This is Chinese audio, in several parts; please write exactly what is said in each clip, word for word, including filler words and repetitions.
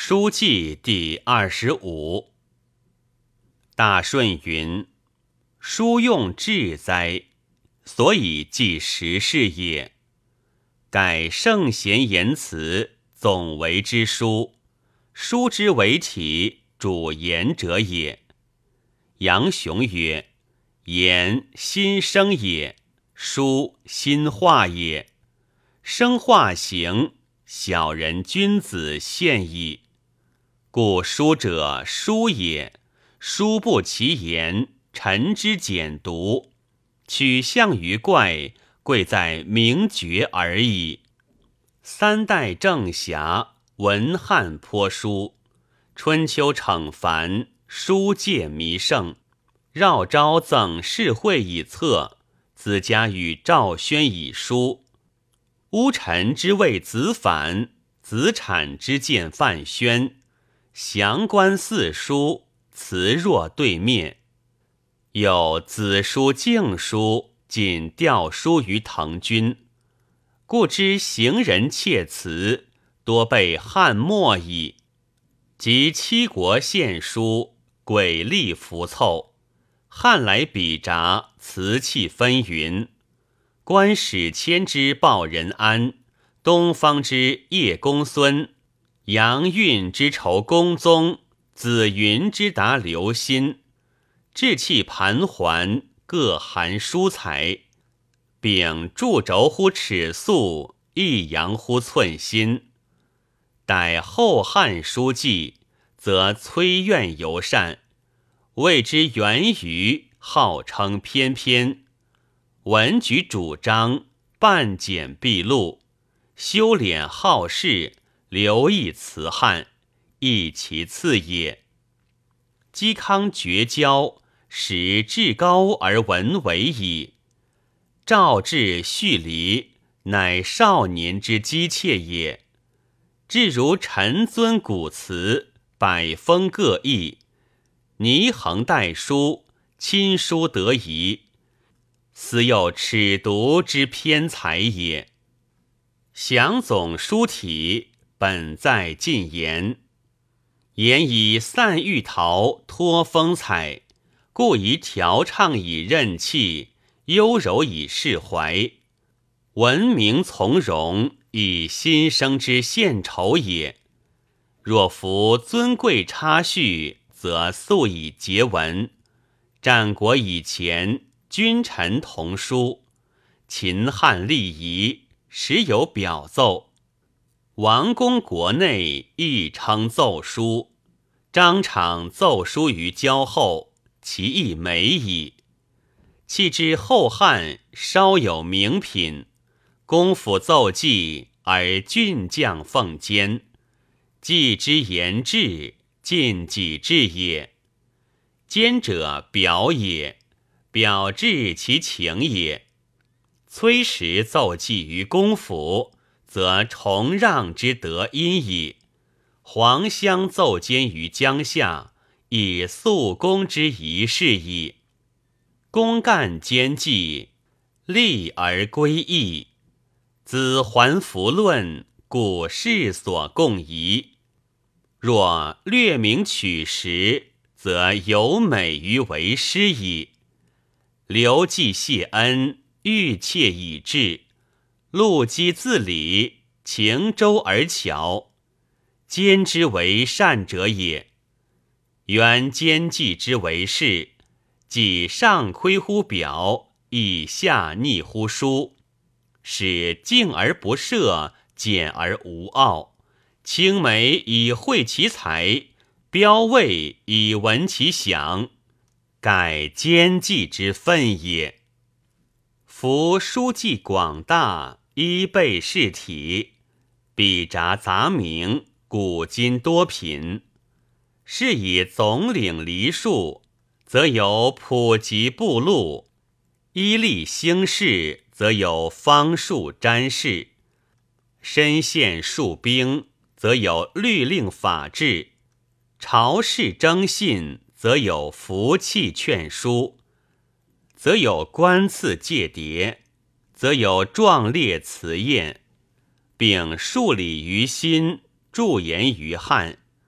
书记第二十五。大顺云：书用至哉，所以记时事也。盖圣贤言辞，总为之书，书之为体，主言者也。杨雄曰：言心声也，书心化也。声化形，小人君子现矣。故书者书也，书不其言，臣之简读，取象于怪，贵在明觉而已。三代正侠，文翰颇书；春秋惩罚，书界弥盛。绕昭赠世会以策，子家与赵宣以书。乌臣之谓子反，子产之见范宣。降官四书，辞若对面。有子书敬书，仅吊书于滕君，故知行人切辞，多被汉末矣。及七国献书，诡丽浮凑，汉来比札，辞气纷纭。观史迁之报任安，东方之叶公孙，杨运之仇公宗，子云之达刘歆，志气盘桓，各含书才。秉柱轴乎尺素，抑扬乎寸心。待后汉书记，则崔苑尤善，谓之源于，号称翩翩。文举主张，半简毕录，修敛好事，留意辞汉，亦其次也。嵇康绝交，使至高而文为矣。赵志蓄离，乃少年之机切也。至如陈尊古辞，百风各异，倪衡代书，亲疏得宜，斯有尺牍之偏才也。详总书体，本在尽言。言以散玉陶托风采，故以调畅以任气，优柔以释怀。文明从容，以新生之献丑也。若夫尊贵插叙，则素以结文。战国以前，君臣同书，秦汉立夷，时有表奏。王公国内亦称奏书，张敞奏书于交后，其意美矣。弃之后汉，稍有名品，公府奏记，而郡将奉监，记之言志，尽己志也。监者表也，表志其情也。崔实奏记于公府，则崇让之德因矣。黄香奏监于江夏，以肃公之仪事矣。公干兼济，立而归义。子还服论，故世所共宜。若略明取实，则有美于为师矣。刘季谢恩，欲切以志，陆机自理，情周而巧，兼之为善者也。原兼济之为是，即上窥乎表，以下逆乎书，使静而不涉，简而无傲，青梅以会其才，标位以闻其详，盖兼济之分也。夫书记广大，依备事体，笔札杂明，古今多品。是以总领黎数，则有普及部录；依例兴事，则有方术占事；身县戍兵，则有律令法制；朝事征信，则有服气劝书；则有官赐戒牒，则有壮烈辞宴，并数礼于心，著言于汉，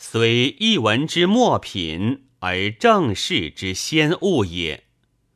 虽一文之末品，而正事之先物也。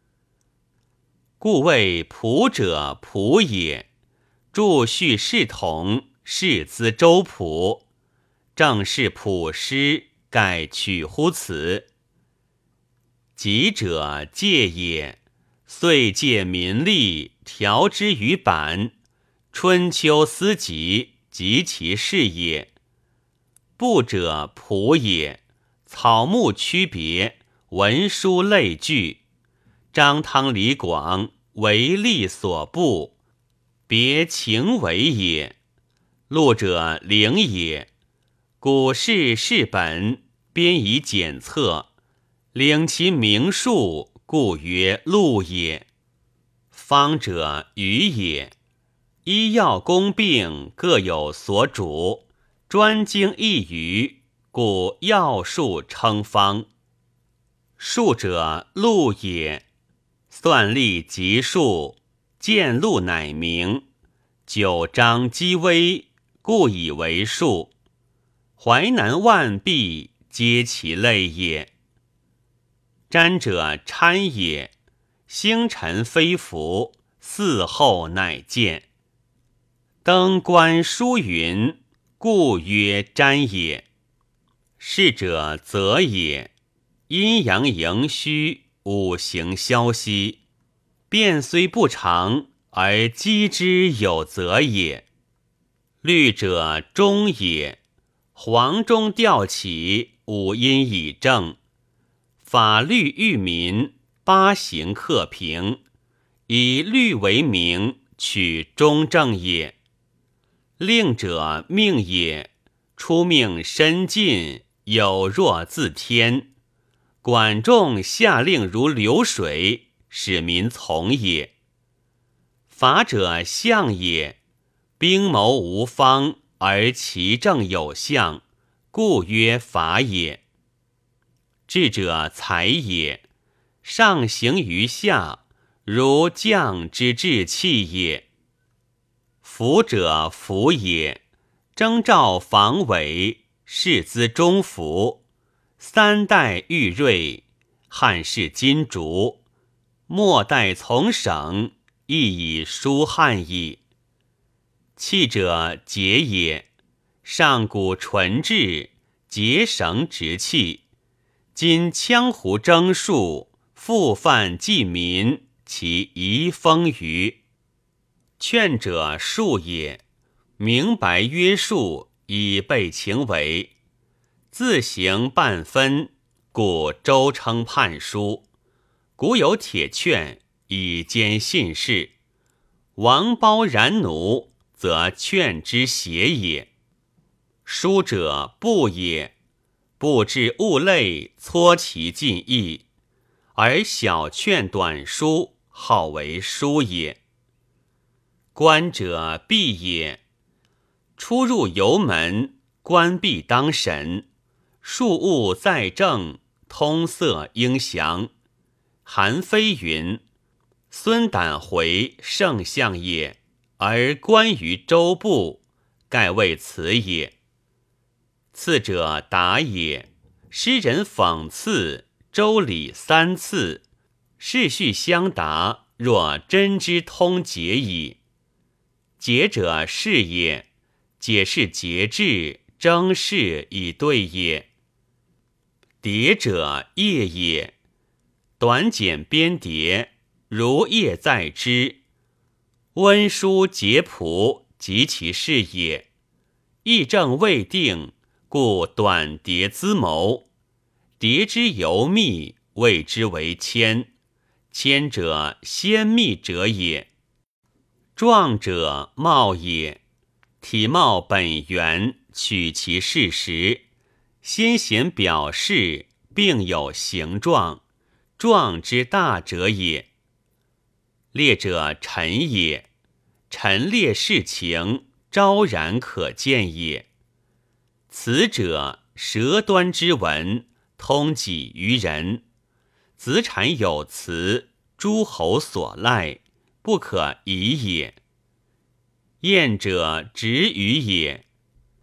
故谓朴者朴也，注叙事统，事资周朴，正是朴师，盖取乎此。集者戒也，遂戒民力，调之于版，春秋思集，及其事也。部者朴也，草木区别，文书类聚，张汤李广，为利所部，别情为也。录者灵也，古事事本，编以检测，领其名数，故曰录也。方者语也，医药公病各有所主，专精一语，故药术称方。术者录也，算历集数，见录乃名，九章积微，故以为数。淮南万弊，皆其类也。占者参也，星辰飞浮，嗣后乃见。登官书云，故曰占也。是者则也，阴阳盈虚，五行消息，变虽不长，而机之有则也。律者中也，黄钟吊起，五音以正，法律育民，八行克平，以律为名，取中正也。令者命也，出命深尽，有若自天，管仲下令如流水，使民从也。法者相也，兵谋无方，而其政有象，故曰法也。智者才也，上行于下，如将之志气也。辅者辅也，征召防伪，士资中服，三代玉瑞，汉室金竹，末代从省，亦以书汉矣。器者节也，上古纯质，节绳直器，今羌胡征戍，复犯济民，其遗风余。劝者术也，明白约束，以备情为，自行半分，故周称判书。古有铁券，以兼信事，王包然奴，则劝之邪也。书者布也，布置物类，撮其尽意，而小劝短书，号为书也。官者闭也，出入游门，关闭当审，庶务在政，通塞应详。韩非云，孙胆回圣相也，而关于周部，盖谓此也。次者达也，诗人讽刺，周礼三次，世序相答，若真之通解矣。解者是也，解是节制，争事以对也。叠者业也，短简编叠，如业在之。温书节朴，及其事也。议政未定，故短叠资谋。叠之尤密，谓之为谦。谦者先密者也。壮者貌也，体貌本源，取其事实，先贤表示，并有形状，壮之大者也。烈者臣也，陈列事情，昭然可见也。辞者舌端之文，通己于人，子产有辞，诸侯所赖，不可移也。验者直语也，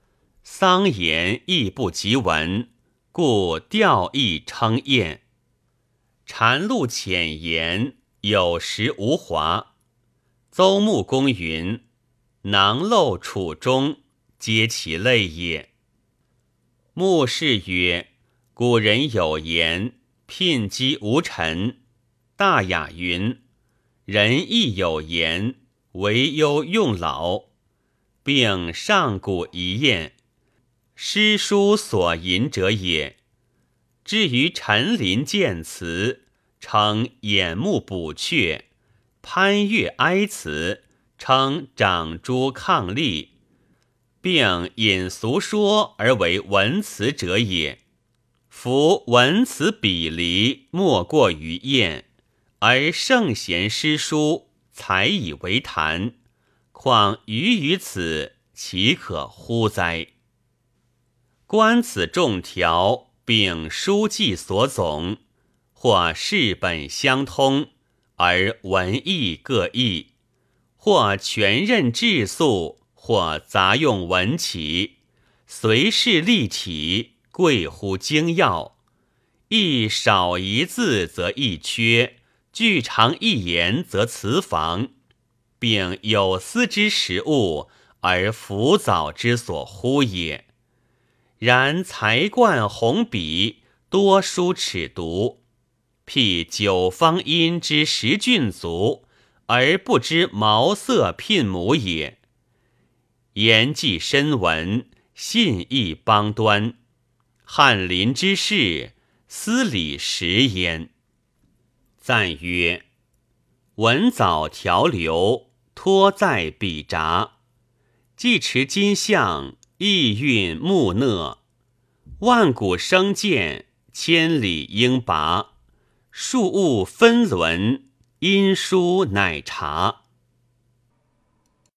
桑言亦不及闻，故调意称艳。禅露浅言，有时无华。邹穆公云：囊漏楚中，皆其类也。穆氏曰：古人有言，聘鸡无尘。大雅云：人亦有言，惟忧用老，并上古一验，诗书所吟者也。至于陈林见词，称眼目补阙；潘岳哀辞，称长诸伉俪，并引俗说而为文辞者也。夫文辞比离，莫过于宴，而圣贤诗书，才以为谈，况于于此，岂可乎哉？观此众条，并书记所总，或事本相通，而文义各异；或全任质素，或杂用文起，随事立体，贵乎精要。亦少一字则一缺，具长一言则辞妨，并有司之实物，而浮藻之所呼也。然才冠红笔，多书尺牍，辟九方音之十郡族，而不知毛色聘母也。言既深文，信义邦端，翰林之士，思礼实焉。赞曰：文藻条流，托在笔札，既持金象，意韵木讷。万古生见，千里应拔。数物分轮，因书乃察。